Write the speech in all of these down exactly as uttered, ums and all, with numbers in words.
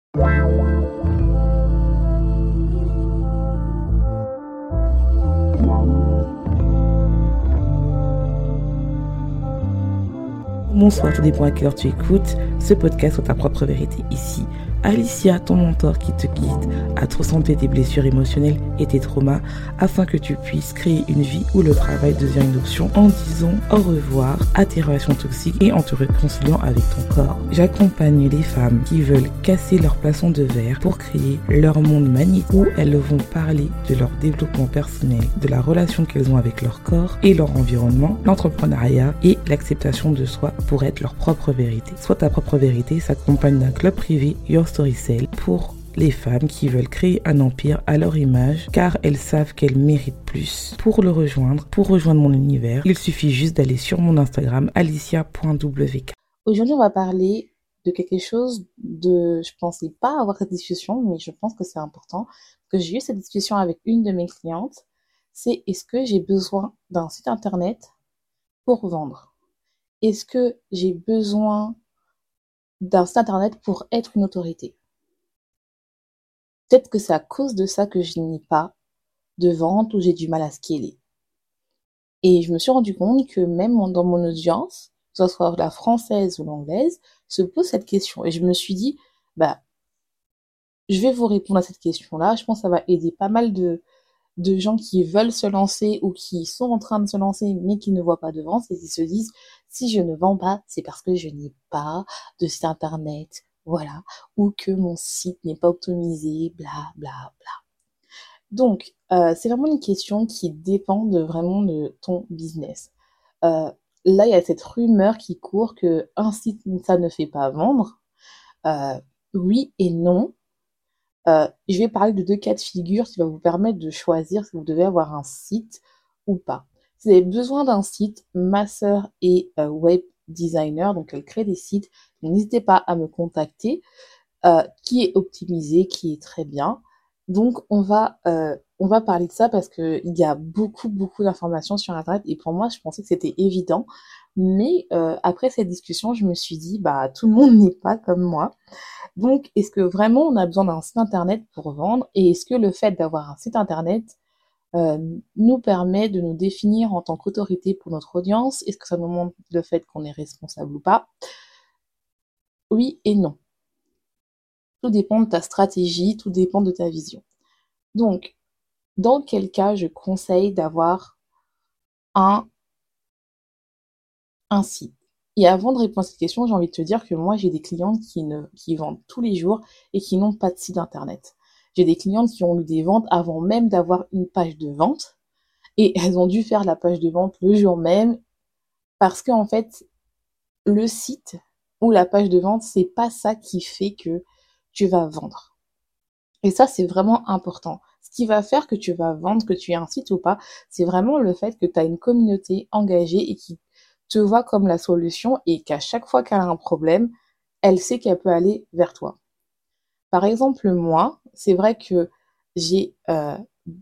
Bonsoir, tout dépend à quelle heure tu écoutes ce podcast sur ta propre vérité. Ici, Alicia, ton mentor qui te guide à transcender tes blessures émotionnelles et tes traumas afin que tu puisses créer une vie où le travail devient une option en disant au revoir à tes relations toxiques et en te réconciliant avec ton corps. J'accompagne les femmes qui veulent casser leur plafond de verre pour créer leur monde magnétique où elles vont parler de leur développement personnel, de la relation qu'elles ont avec leur corps et leur environnement, l'entrepreneuriat et l'acceptation de soi pour être leur propre vérité. Soit ta propre vérité s'accompagne d'un club privé Your Story Cell pour les femmes qui veulent créer un empire à leur image car elles savent qu'elles méritent plus. Pour le rejoindre, pour rejoindre mon univers, il suffit juste d'aller sur mon Instagram alicia point w k. Aujourd'hui, on va parler de quelque chose de... Je pensais pas avoir cette discussion, mais je pense que c'est important. Que j'ai eu cette discussion avec une de mes clientes, c'est est-ce que j'ai besoin d'un site internet pour vendre? Est-ce que j'ai besoin d'un site internet pour être une autorité? Peut-être que c'est à cause de ça que je n'ai pas de vente ou j'ai du mal à scaler. Et je me suis rendu compte que même dans mon audience, que ce soit la française ou l'anglaise, se pose cette question. Et je me suis dit, bah, je vais vous répondre à cette question-là. Je pense que ça va aider pas mal de, de gens qui veulent se lancer ou qui sont en train de se lancer mais qui ne voient pas de vente et qui se disent, si je ne vends pas, c'est parce que je n'ai pas de site internet, voilà, ou que mon site n'est pas optimisé, bla bla bla. Donc, euh, c'est vraiment une question qui dépend de vraiment de ton business. Euh, là, il y a cette rumeur qui court que un site, ça ne fait pas vendre. Euh, oui et non. Euh, je vais parler de deux cas de figure qui vont vous permettre de choisir si vous devez avoir un site ou pas. Si vous avez besoin d'un site, ma sœur est euh, web designer, donc elle crée des sites. N'hésitez pas à me contacter, euh, qui est optimisé, qui est très bien. Donc on va euh, on va parler de ça parce que il y a beaucoup beaucoup d'informations sur internet et pour moi je pensais que c'était évident, mais euh, après cette discussion je me suis dit bah tout le monde n'est pas comme moi. Donc, est-ce que vraiment on a besoin d'un site internet pour vendre? Et est-ce que le fait d'avoir un site internet euh, nous permet de nous définir en tant qu'autorité pour notre audience? Est-ce que ça nous montre le fait qu'on est responsable ou pas? Oui et non. Tout dépend de ta stratégie, tout dépend de ta vision. Donc, dans quel cas je conseille d'avoir un, un site? Et avant de répondre à cette question, j'ai envie de te dire que moi, j'ai des clientes qui, ne, qui vendent tous les jours et qui n'ont pas de site internet. J'ai des clientes qui ont eu des ventes avant même d'avoir une page de vente et elles ont dû faire la page de vente le jour même parce qu'en fait, le site ou la page de vente, c'est pas ça qui fait que tu vas vendre. Et ça, c'est vraiment important. Ce qui va faire que tu vas vendre, que tu aies un site ou pas, c'est vraiment le fait que tu as une communauté engagée et qui te voit comme la solution et qu'à chaque fois qu'elle a un problème, elle sait qu'elle peut aller vers toi. Par exemple, moi, c'est vrai que j'ai euh,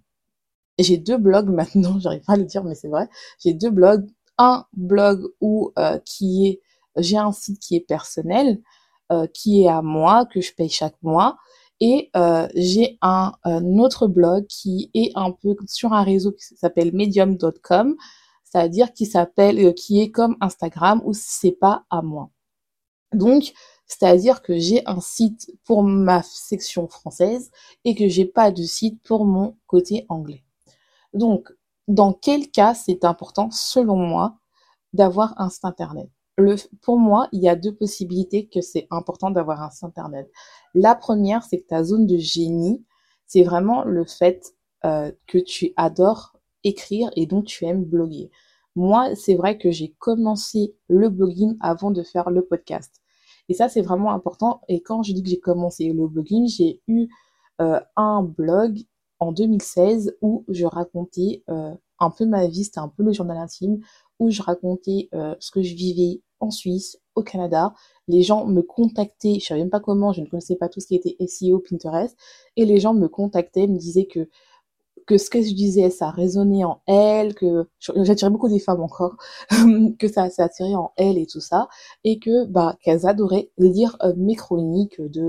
j'ai deux blogs maintenant, j'arrive pas à le dire, mais c'est vrai. J'ai deux blogs. Un blog où euh, qui est, j'ai un site qui est personnel, euh, qui est à moi, que je paye chaque mois. Et euh, j'ai un, un autre blog qui est un peu sur un réseau qui s'appelle medium point com, c'est-à-dire qui s'appelle, euh, qui est comme Instagram où c'est pas à moi. Donc, c'est-à-dire que j'ai un site pour ma section française et que j'ai pas de site pour mon côté anglais. Donc, dans quel cas c'est important, selon moi, d'avoir un site internet? Le, pour moi, il y a deux possibilités que c'est important d'avoir un site internet. La première, c'est que ta zone de génie, c'est vraiment le fait euh, que tu adores écrire et donc tu aimes bloguer. Moi, c'est vrai que j'ai commencé le blogging avant de faire le podcast. Et ça, c'est vraiment important. Et quand je dis que j'ai commencé le blogging, j'ai eu euh, un blog en deux mille seize où je racontais euh, un peu ma vie, c'était un peu le journal intime, où je racontais euh, ce que je vivais en Suisse, au Canada. Les gens me contactaient, je ne savais même pas comment, je ne connaissais pas tout ce qui était S E O, Pinterest, et les gens me contactaient, me disaient que que ce que je disais, ça résonnait en elles, que j'attirais beaucoup des femmes encore, que ça, ça attirait en elles et tout ça, et que bah qu'elles adoraient lire euh, mes chroniques de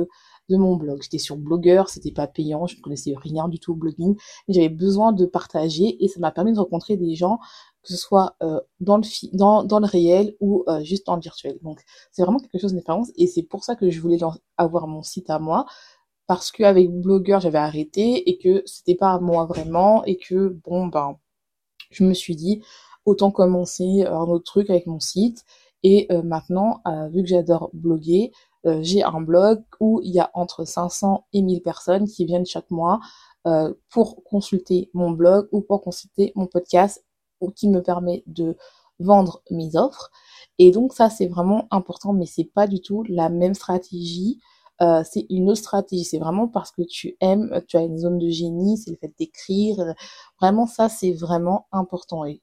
de mon blog. J'étais sur Blogueur, c'était pas payant, je ne connaissais rien du tout au blogging, mais j'avais besoin de partager et ça m'a permis de rencontrer des gens, que ce soit euh, dans, le fi- dans, dans le réel ou euh, juste dans le virtuel. Donc c'est vraiment quelque chose d'expérience et c'est pour ça que je voulais avoir mon site à moi, parce qu'avec Blogueur j'avais arrêté et que c'était pas à moi vraiment et que bon ben je me suis dit autant commencer un autre truc avec mon site. Et euh, maintenant, euh, vu que j'adore bloguer, euh, j'ai un blog où il y a entre cinq cents et mille personnes qui viennent chaque mois euh, pour consulter mon blog ou pour consulter mon podcast, ou qui me permet de vendre mes offres. Et donc ça, c'est vraiment important, mais c'est pas du tout la même stratégie. Euh, c'est une autre stratégie. C'est vraiment parce que tu aimes, tu as une zone de génie, c'est le fait d'écrire. Vraiment, ça, c'est vraiment important. Et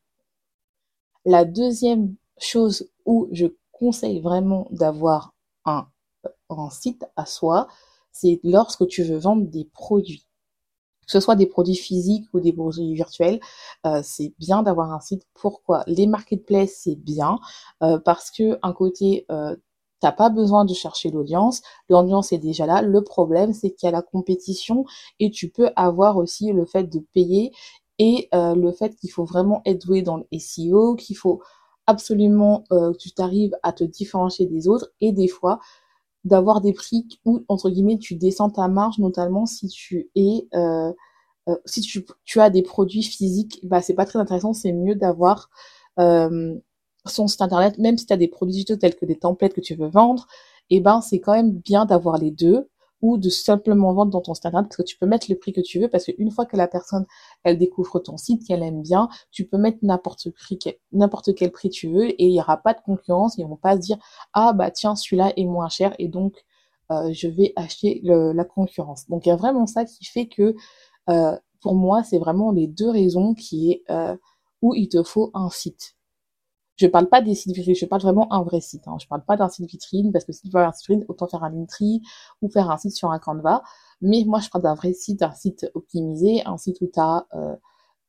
la deuxième chose où je conseille vraiment d'avoir un, un site à soi, c'est lorsque tu veux vendre des produits. Que ce soit des produits physiques ou des produits virtuels, euh, c'est bien d'avoir un site. Pourquoi? Les marketplaces, c'est bien euh, parce que un côté, euh, t'as pas besoin de chercher l'audience, l'audience est déjà là. Le problème, c'est qu'il y a la compétition et tu peux avoir aussi le fait de payer et euh, le fait qu'il faut vraiment être doué dans le S E O, qu'il faut absolument euh, que tu t'arrives à te différencier des autres et des fois d'avoir des prix où, entre guillemets, tu descends ta marge, notamment si tu es, euh, euh, si tu, tu as des produits physiques, bah, c'est pas très intéressant, c'est mieux d'avoir euh, son site internet, même si tu as des produits digitaux tels que des templates que tu veux vendre, et ben, c'est quand même bien d'avoir les deux, ou de simplement vendre dans ton site internet, parce que tu peux mettre le prix que tu veux, parce qu'une fois que la personne, elle découvre ton site, qu'elle aime bien, tu peux mettre n'importe prix, n'importe quel prix tu veux, et il n'y aura pas de concurrence, ils vont pas se dire, ah bah tiens, celui-là est moins cher, et donc euh, je vais acheter le, la concurrence. Donc il y a vraiment ça qui fait que, euh, pour moi, c'est vraiment les deux raisons qui est euh, où il te faut un site. Je parle pas des sites vitrines, je parle vraiment un vrai site. Hein. Je parle pas d'un site vitrine, parce que si tu veux un site vitrine, autant faire un Linktree ou faire un site sur un Canva. Mais moi, je parle d'un vrai site, un site optimisé, un site où tu as euh,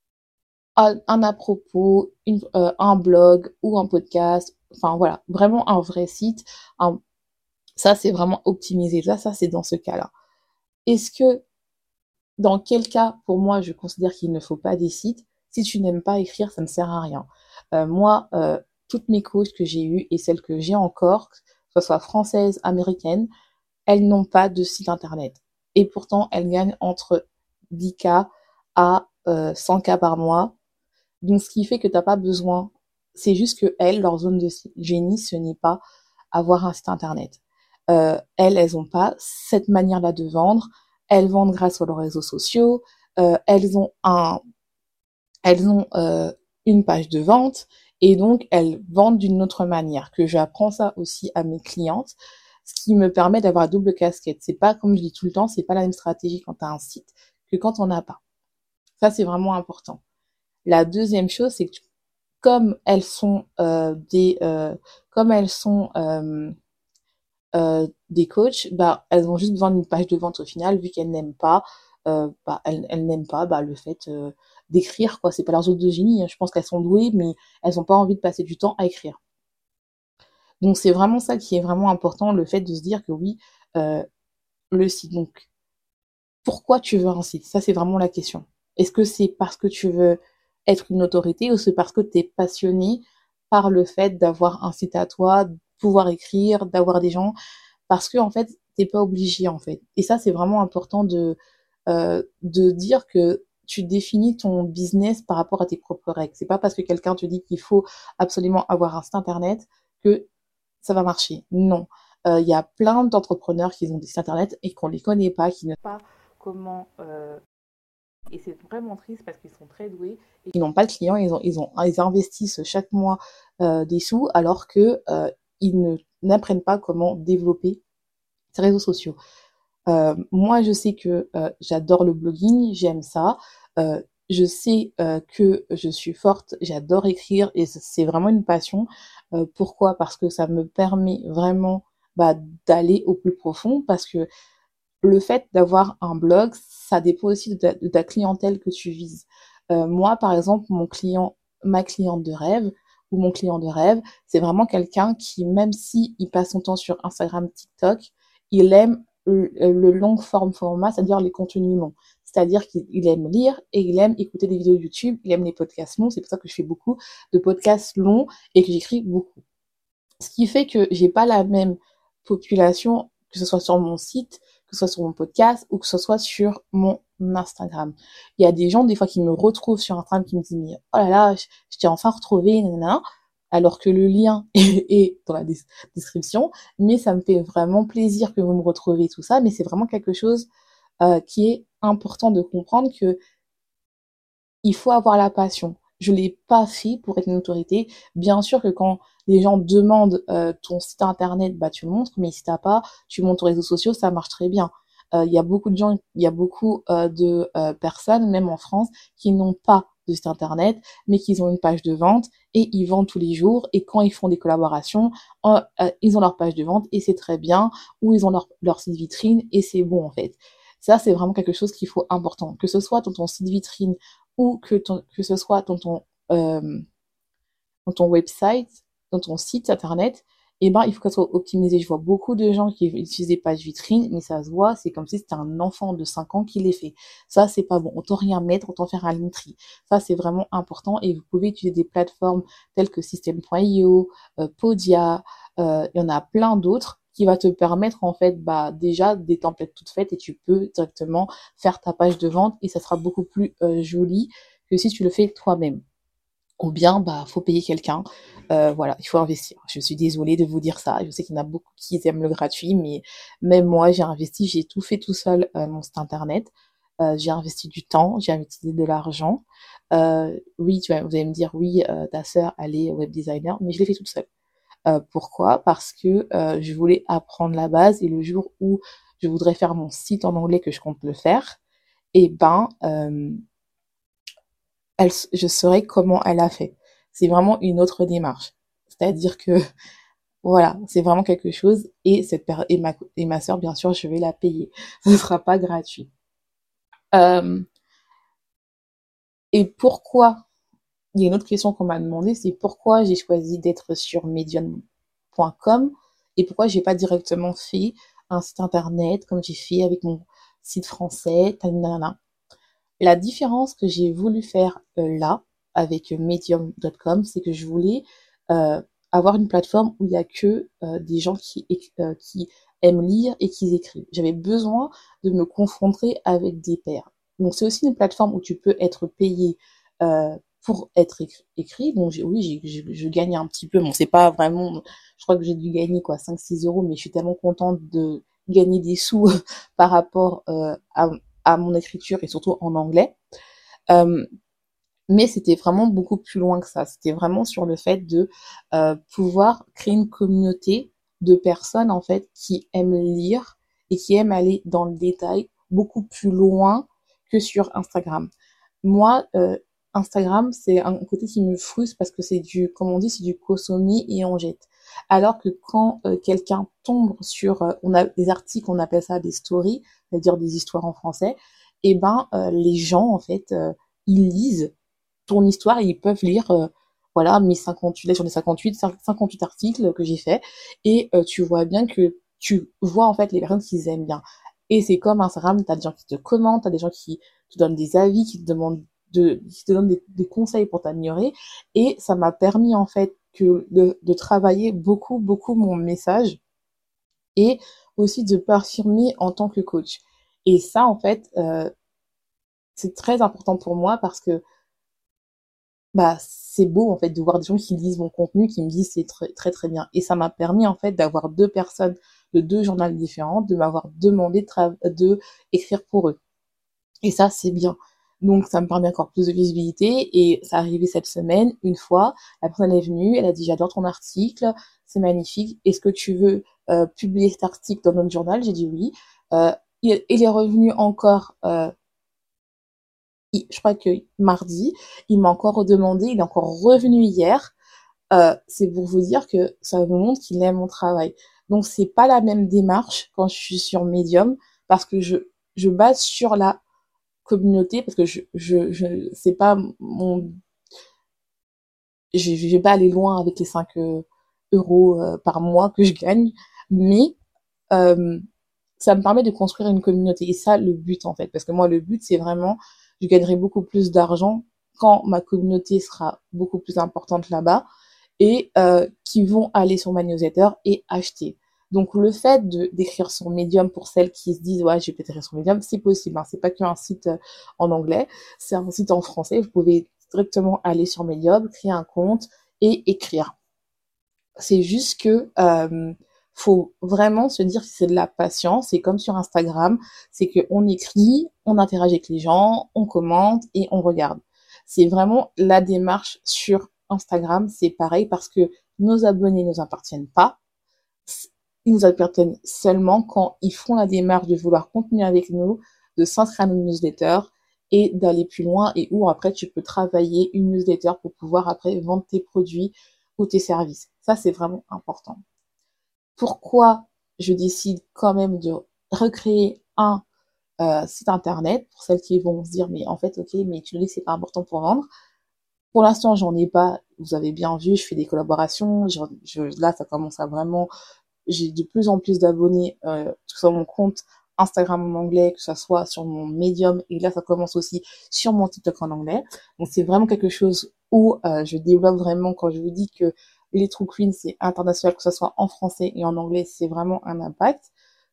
un, un à propos, une, euh, un blog ou un podcast. Enfin voilà, vraiment un vrai site. Un... Ça, c'est vraiment optimisé. Ça, ça c'est dans ce cas-là. Est-ce que, dans quel cas, pour moi, je considère qu'il ne faut pas des sites? Si tu n'aimes pas écrire, ça ne sert à rien. Euh, moi, euh, toutes mes coachs que j'ai eues et celles que j'ai encore, que ce soit françaises, américaines, elles n'ont pas de site internet. Et pourtant, elles gagnent entre dix K à euh, cent K par mois. Donc, ce qui fait que tu n'as pas besoin, c'est juste que elles, leur zone de génie, ce n'est pas avoir un site internet. Euh, elles, elles n'ont pas cette manière-là de vendre. Elles vendent grâce aux réseaux sociaux. Euh, elles ont un, elles ont euh, une page de vente et donc elles vendent d'une autre manière. Que j'apprends ça aussi à mes clientes, ce qui me permet d'avoir double casquette. C'est pas, comme je dis tout le temps, c'est pas la même stratégie quand tu as un site que quand on n'a pas. Ça, c'est vraiment important. La deuxième chose, c'est que comme elles sont euh, des, euh, comme elles sont euh, euh, des coachs, bah elles vont juste besoin d'une page de vente au final, vu qu'elles n'aiment pas, euh, bah elles, elles n'aiment pas bah, le fait euh, d'écrire quoi. C'est pas leur zone de génie. Hein. Je pense qu'elles sont douées, mais elles n'ont pas envie de passer du temps à écrire. Donc c'est vraiment ça qui est vraiment important, le fait de se dire que oui, euh, le site. Donc pourquoi tu veux un site? Ça c'est vraiment la question. Est-ce que c'est parce que tu veux être une autorité ou c'est parce que tu es passionné par le fait d'avoir un site à toi, de pouvoir écrire, d'avoir des gens, parce que en fait, t'es pas obligé en fait. Et ça, c'est vraiment important de euh, de dire que tu définis ton business par rapport à tes propres règles. C'est pas parce que quelqu'un te dit qu'il faut absolument avoir un site internet que ça va marcher. Non. Il y a plein d'entrepreneurs qui ont des sites internet et qu'on les connaît pas, qui ne savent pas comment. Euh... Et c'est vraiment triste parce qu'ils sont très doués et qu'ils n'ont pas de clients. Ils ont, ils ont, ils investissent chaque mois euh, des sous alors que euh, ils ne n'apprennent pas comment développer ces réseaux sociaux. Euh, moi, je sais que euh, j'adore le blogging, j'aime ça. Euh, je sais euh, que je suis forte, j'adore écrire et c'est vraiment une passion. Euh, pourquoi? Parce que ça me permet vraiment bah, d'aller au plus profond. Parce que le fait d'avoir un blog, ça dépend aussi de ta, de ta clientèle que tu vises. Euh, moi, par exemple, mon client, ma cliente de rêve ou mon client de rêve, c'est vraiment quelqu'un qui, même si il passe son temps sur Instagram, TikTok, il aime le, le long form format, c'est-à-dire les contenus longs. C'est-à-dire qu'il aime lire et il aime écouter des vidéos YouTube, il aime les podcasts longs. C'est pour ça que je fais beaucoup de podcasts longs et que j'écris beaucoup. Ce qui fait que j'ai pas la même population, que ce soit sur mon site, que ce soit sur mon podcast ou que ce soit sur mon Instagram. Il y a des gens, des fois, qui me retrouvent sur Instagram, qui me disent, mais oh là là, je, je t'ai enfin retrouvé, nanana, alors que le lien est, est dans la des- description, mais ça me fait vraiment plaisir que vous me retrouvez tout ça, mais c'est vraiment quelque chose euh, qui est important de comprendre que il faut avoir la passion. Je l'ai pas fait pour être une autorité. Bien sûr que quand les gens demandent euh, ton site internet, bah tu le montres, mais si t'as pas, tu montes aux réseaux sociaux, ça marche très bien. Euh, Il y a beaucoup de gens, il y a beaucoup euh, de euh, personnes, même en France, qui n'ont pas de site internet, mais qui ont une page de vente et ils vendent tous les jours. Et quand ils font des collaborations, euh, euh, ils ont leur page de vente et c'est très bien, ou ils ont leur, leur site vitrine et c'est bon en fait. Ça, c'est vraiment quelque chose qu'il faut important. Que ce soit dans ton site vitrine ou que, ton, que ce soit dans ton, euh, dans ton website, dans ton site internet, eh ben, il faut qu'elle soit optimisée. Je vois beaucoup de gens qui utilisent des pages vitrines, mais ça se voit, c'est comme si c'était un enfant de cinq ans qui les fait. Ça, c'est pas bon. Autant rien mettre, autant faire un Linktree. Ça, c'est vraiment important et vous pouvez utiliser des plateformes telles que System point i o, euh, Podia, euh, il y en a plein d'autres qui va te permettre en fait bah déjà des templates toutes faites et tu peux directement faire ta page de vente et ça sera beaucoup plus euh, joli que si tu le fais toi-même. Ou bien, bah, faut payer quelqu'un. Euh, voilà, il faut investir. Je suis désolée de vous dire ça. Je sais qu'il y en a beaucoup qui aiment le gratuit, mais même moi, j'ai investi, j'ai tout fait tout seul, euh, mon site internet. Euh, j'ai investi du temps, j'ai investi de l'argent. Euh, oui, tu vas, vous allez me dire, oui, euh, ta sœur, elle est web designer, mais je l'ai fait toute seule. Euh, pourquoi? Parce que euh, je voulais apprendre la base et le jour où je voudrais faire mon site en anglais, que je compte le faire, et ben, euh, elle, je saurais comment elle a fait. C'est vraiment une autre démarche. C'est-à-dire que, voilà, c'est vraiment quelque chose et cette per- et ma, et ma sœur, bien sûr, je vais la payer. Ce ne sera pas gratuit. Euh, et pourquoi, il y a une autre question qu'on m'a demandé, c'est pourquoi j'ai choisi d'être sur medium point com et pourquoi j'ai pas directement fait un site internet comme j'ai fait avec mon site français, tanana. La différence que j'ai voulu faire euh, là, avec medium point com, c'est que je voulais euh, avoir une plateforme où il n'y a que euh, des gens qui, euh, qui aiment lire et qui écrivent. J'avais besoin de me confronter avec des pairs. Donc c'est aussi une plateforme où tu peux être payé euh, pour être écrit. écrit. Donc j'ai- oui, j'ai- j'ai- je gagne un petit peu. Bon, c'est pas vraiment... Je crois que j'ai dû gagner quoi cinq six euros, mais je suis tellement contente de gagner des sous par rapport euh, à, à mon écriture et surtout en anglais. Euh, mais c'était vraiment beaucoup plus loin que ça. C'était vraiment sur le fait de euh, pouvoir créer une communauté de personnes en fait qui aiment lire et qui aiment aller dans le détail beaucoup plus loin que sur Instagram. Moi, euh, Instagram, c'est un côté qui me frustre parce que c'est du, comme on dit, c'est du consommer et on jette. Alors que quand euh, quelqu'un tombe sur, euh, on a des articles, on appelle ça des stories, c'est-à-dire des histoires en français, et ben euh, les gens en fait, euh, ils lisent ton histoire et ils peuvent lire euh, voilà mes cinquante-huit, là j'en ai cinquante-huit, cinquante-huit articles que j'ai fait et euh, tu vois bien que tu vois en fait les personnes qui aiment bien. Et c'est comme Instagram, t'as des gens qui te commentent, t'as des gens qui te donnent des avis, qui te demandent de, qui te donnent des, des conseils pour t'améliorer. Et ça m'a permis en fait que de, de travailler beaucoup, beaucoup mon message et aussi de m'affirmer en tant que coach. Et ça, en fait, euh, c'est très important pour moi parce que bah, c'est beau en fait de voir des gens qui lisent mon contenu, qui me disent c'est très très très bien. Et ça m'a permis en fait d'avoir deux personnes de deux journaux différents, de m'avoir demandé de, tra- de écrire pour eux. Et ça, c'est bien. Donc, ça me permet encore plus de visibilité. Et ça arrivé cette semaine, une fois, la personne est venue, elle a dit, j'adore ton article, c'est magnifique. Est-ce que tu veux euh, publier cet article dans notre journal? J'ai dit oui. Euh, il, il est revenu encore, euh, il- je crois que mardi, il m'a encore redemandé, il est encore revenu hier. Euh, c'est pour vous dire que ça vous montre qu'il aime mon travail. Donc, c'est pas la même démarche quand je suis sur Medium, parce que je, je base sur la communauté parce que je je je c'est pas mon je, je vais pas aller loin avec les cinq euh, euros euh, par mois que je gagne mais euh, ça me permet de construire une communauté. Et ça, le but, en fait. Parce que moi, le but, c'est vraiment, je gagnerai beaucoup plus d'argent quand ma communauté sera beaucoup plus importante là-bas et euh, qui vont aller sur ma newsletter et acheter. Donc, le fait de d'écrire sur Medium pour celles qui se disent, ouais, je vais peut-être écrire sur Medium, c'est possible. Hein. C'est pas qu'un site euh, en anglais, c'est un site en français. Vous pouvez directement aller sur Medium, créer un compte et écrire. C'est juste que euh, faut vraiment se dire que c'est de la patience. C'est comme sur Instagram, c'est qu'on écrit, on interagit avec les gens, on commente et on regarde. C'est vraiment la démarche sur Instagram, c'est pareil parce que nos abonnés ne nous appartiennent pas. Ils nous appartiennent seulement quand ils font la démarche de vouloir continuer avec nous, de s'inscrire à nos newsletters et d'aller plus loin et où après tu peux travailler une newsletter pour pouvoir après vendre tes produits ou tes services. Ça, c'est vraiment important. Pourquoi je décide quand même de recréer un euh, site internet pour celles qui vont se dire mais en fait ok mais tu nous dis que c'est pas important pour vendre. Pour l'instant j'en ai pas, vous avez bien vu, je fais des collaborations, je, je, là ça commence à vraiment, j'ai de plus en plus d'abonnés euh, sur mon compte Instagram en anglais, que ce soit sur mon Medium et là ça commence aussi sur mon TikTok en anglais. Donc c'est vraiment quelque chose où euh, je développe vraiment. Quand je vous dis que les True Queens c'est international, que ce soit en français et en anglais, c'est vraiment un impact.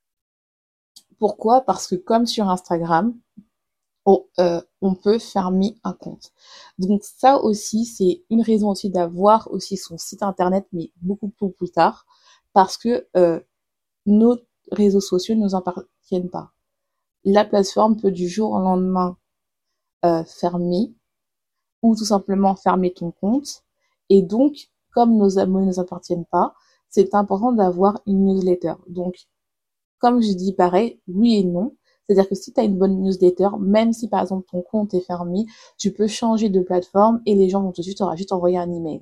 Pourquoi? Parce que comme sur Instagram, on, euh, on peut fermer un compte. Donc ça aussi, c'est une raison aussi d'avoir aussi son site internet, mais beaucoup plus, plus tard, parce que euh, nos réseaux sociaux ne nous appartiennent pas. La plateforme peut du jour au lendemain euh, fermer, ou tout simplement fermer ton compte. Et donc, comme nos abonnés ne nous appartiennent pas, c'est important d'avoir une newsletter. Donc, comme je dis pareil, oui et non. C'est-à-dire que si tu as une bonne newsletter, même si par exemple ton compte est fermé, tu peux changer de plateforme et les gens vont tout de suite, juste envoyer un email.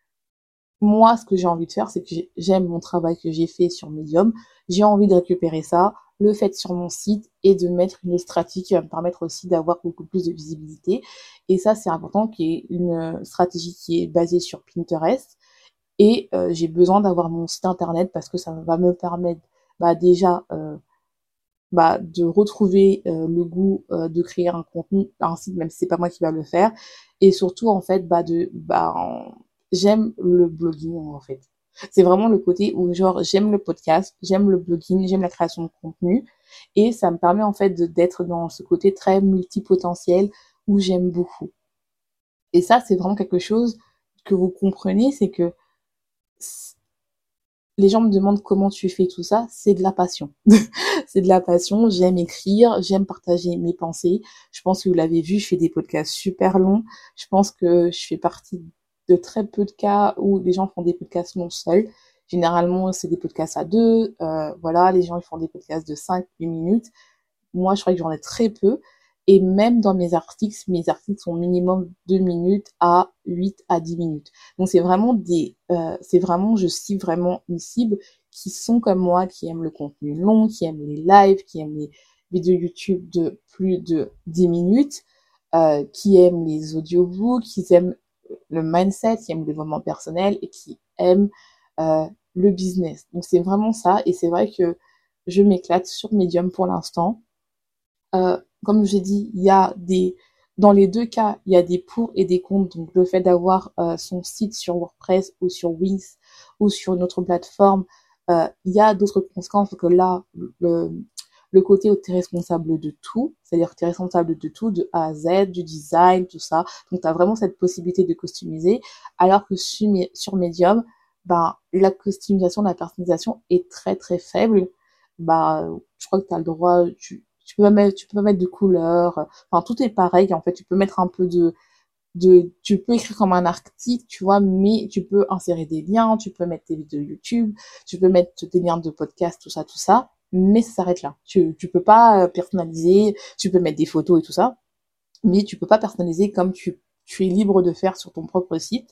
Moi, ce que j'ai envie de faire, c'est que j'aime mon travail que j'ai fait sur Medium. J'ai envie de récupérer ça, le faire sur mon site et de mettre une stratégie qui va me permettre aussi d'avoir beaucoup plus de visibilité. Et ça, c'est important qu'il y ait une stratégie qui est basée sur Pinterest. Et euh, j'ai besoin d'avoir mon site internet parce que ça va me permettre bah, déjà euh, bah, de retrouver euh, le goût euh, de créer un contenu, un site, même si c'est pas moi qui va le faire. Et surtout, en fait, bah, de, bah, en- j'aime le blogging, en fait. C'est vraiment le côté où, genre, j'aime le podcast, j'aime le blogging, j'aime la création de contenu. Et ça me permet, en fait, de- d'être dans ce côté très multipotentiel où j'aime beaucoup. Et ça, c'est vraiment quelque chose que vous comprenez, c'est que les gens me demandent comment tu fais tout ça, c'est de la passion. C'est de la passion, j'aime écrire, j'aime partager mes pensées. Je pense que vous l'avez vu, je fais des podcasts super longs. Je pense que je fais partie de très peu de cas où les gens font des podcasts non seuls. Généralement, c'est des podcasts à deux. Euh, voilà, les gens ils font des podcasts de cinq huit minutes. Moi, je crois que j'en ai très peu. Et même dans mes articles, mes articles sont minimum deux minutes à huit à dix minutes. Donc c'est vraiment des, euh, c'est vraiment, je cible vraiment une cible qui sont comme moi, qui aiment le contenu long, qui aiment les lives, qui aiment les vidéos YouTube de plus de dix minutes, euh, qui aiment les audiobooks, qui aiment le mindset, qui aiment le développement personnel et qui aiment euh, le business. Donc c'est vraiment ça. Et c'est vrai que je m'éclate sur Medium pour l'instant. Euh, comme j'ai dit, il y a des, dans les deux cas, il y a des pour et des contre. Donc, le fait d'avoir euh, son site sur WordPress ou sur Wix ou sur une autre plateforme, euh, il y a d'autres conséquences que là, le, le côté où tu es responsable de tout, c'est-à-dire que tu es responsable de tout, de A à Z, du design, tout ça. Donc, tu as vraiment cette possibilité de customiser. Alors que sur, sur Medium, ben, la customisation, la personnalisation est très, très faible. Bah, je crois que tu as le droit, tu, tu peux pas mettre, tu peux pas mettre de couleurs. Enfin, tout est pareil. En fait, tu peux mettre un peu de, de, tu peux écrire comme un article, tu vois, mais tu peux insérer des liens, tu peux mettre des vidéos YouTube, tu peux mettre des liens de podcast, tout ça, tout ça. Mais ça s'arrête là. Tu, tu peux pas personnaliser, tu peux mettre des photos et tout ça, mais tu peux pas personnaliser comme tu, tu es libre de faire sur ton propre site.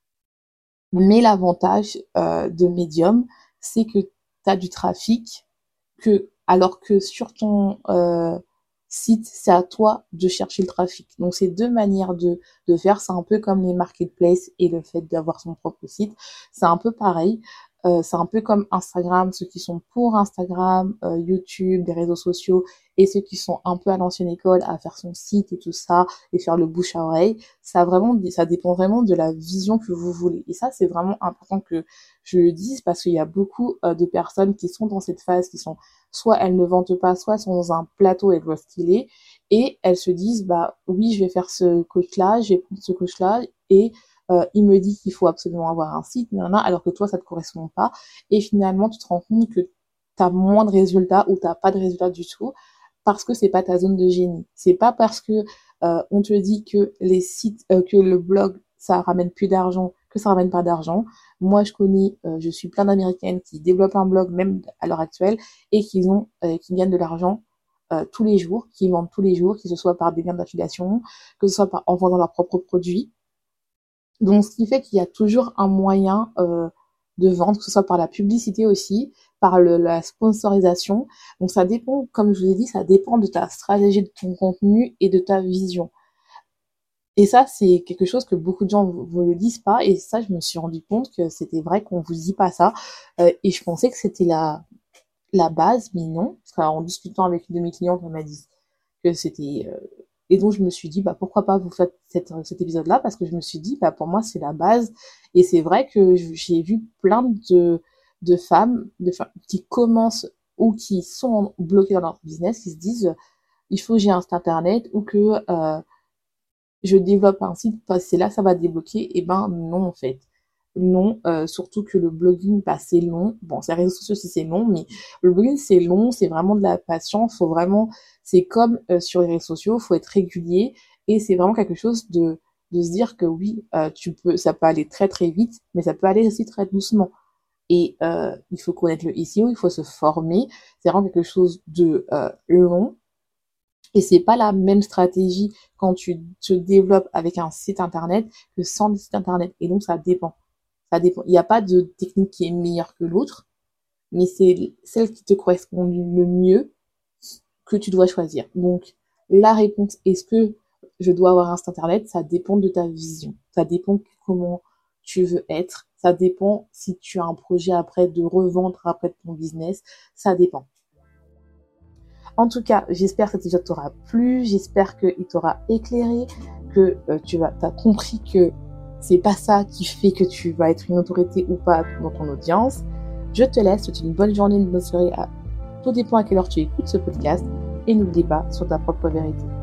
Mais l'avantage euh, de Medium, c'est que tu as du trafic, que, alors que sur ton euh, site, c'est à toi de chercher le trafic. Donc, c'est deux manières de, de faire. C'est un peu comme les marketplaces et le fait d'avoir son propre site. C'est un peu pareil. Euh, c'est un peu comme Instagram, ceux qui sont pour Instagram, euh, YouTube, les réseaux sociaux, et ceux qui sont un peu à l'ancienne école à faire son site et tout ça, et faire le bouche à oreille. Ça vraiment, ça dépend vraiment de la vision que vous voulez. Et ça, c'est vraiment important que je le dise parce qu'il y a beaucoup euh, de personnes qui sont dans cette phase, qui sont soit elles ne vendent pas, soit elles sont dans un plateau et elles voient ce qu'il est, et elles se disent, bah oui, je vais faire ce coach-là, je vais prendre ce coach-là, et euh, il me dit qu'il faut absolument avoir un site, nanana, alors que toi, ça te correspond pas. Et finalement, tu te rends compte que tu as moins de résultats ou tu n'as pas de résultats du tout parce que c'est pas ta zone de génie. C'est pas parce que euh, on te dit que les sites, euh, que le blog, ça ramène plus d'argent, que ça ramène pas d'argent. Moi, je connais, euh, je suis plein d'Américaines qui développent un blog même à l'heure actuelle et qui ont, euh, qui gagnent de l'argent euh, tous les jours, qui vendent tous les jours, que ce soit par des liens d'affiliation, que ce soit par, en vendant leurs propres produits. Donc, ce qui fait qu'il y a toujours un moyen euh, de vendre, que ce soit par la publicité aussi, par le, la sponsorisation. Donc, ça dépend, comme je vous ai dit, ça dépend de ta stratégie, de ton contenu et de ta vision. Et ça, c'est quelque chose que beaucoup de gens ne vous le disent pas. Et ça, je me suis rendu compte que c'était vrai qu'on vous dit pas ça. Euh, et je pensais que c'était la, la base, mais non. Parce qu'en discutant avec une de mes clientes, elle m'a dit que c'était... Euh, et donc, je me suis dit, bah, pourquoi pas vous faites cette, cet épisode-là, parce que je me suis dit, bah, pour moi, c'est la base. Et c'est vrai que j'ai vu plein de, de femmes, de femmes qui commencent ou qui sont bloquées dans leur business, qui se disent, il faut que j'ai un site internet ou que euh, je développe un site, parce que c'est là ça va débloquer. Et ben, non, en fait. Non, euh, surtout que le blogging, bah, c'est long. Bon, c'est les réseaux sociaux aussi, c'est long, mais le blogging, c'est long, c'est vraiment de la patience. Faut vraiment, c'est comme euh, sur les réseaux sociaux, faut être régulier et c'est vraiment quelque chose de, de se dire que oui, euh, tu peux, ça peut aller très très vite, mais ça peut aller aussi très doucement. Et euh, il faut connaître le S E O, il faut se former. C'est vraiment quelque chose de euh, long. Et c'est pas la même stratégie quand tu te développes avec un site internet que sans le site internet. Et donc, ça dépend. Ça dépend. Il n'y a pas de technique qui est meilleure que l'autre, mais c'est celle qui te correspond le mieux que tu dois choisir. Donc, la réponse, est-ce que je dois avoir un site internet? Ça dépend de ta vision. Ça dépend de comment tu veux être. Ça dépend si tu as un projet après de revendre après ton business. Ça dépend. En tout cas, j'espère que cet épisode t'aura plu. J'espère qu'il t'aura éclairé, que euh, tu vas, t'as compris que c'est pas ça qui fait que tu vas être une autorité ou pas dans ton audience. Je te laisse, souhaite une bonne journée, une bonne soirée. À... Tout dépend à quelle heure tu écoutes ce podcast. Et n'oublie pas sur ta propre vérité.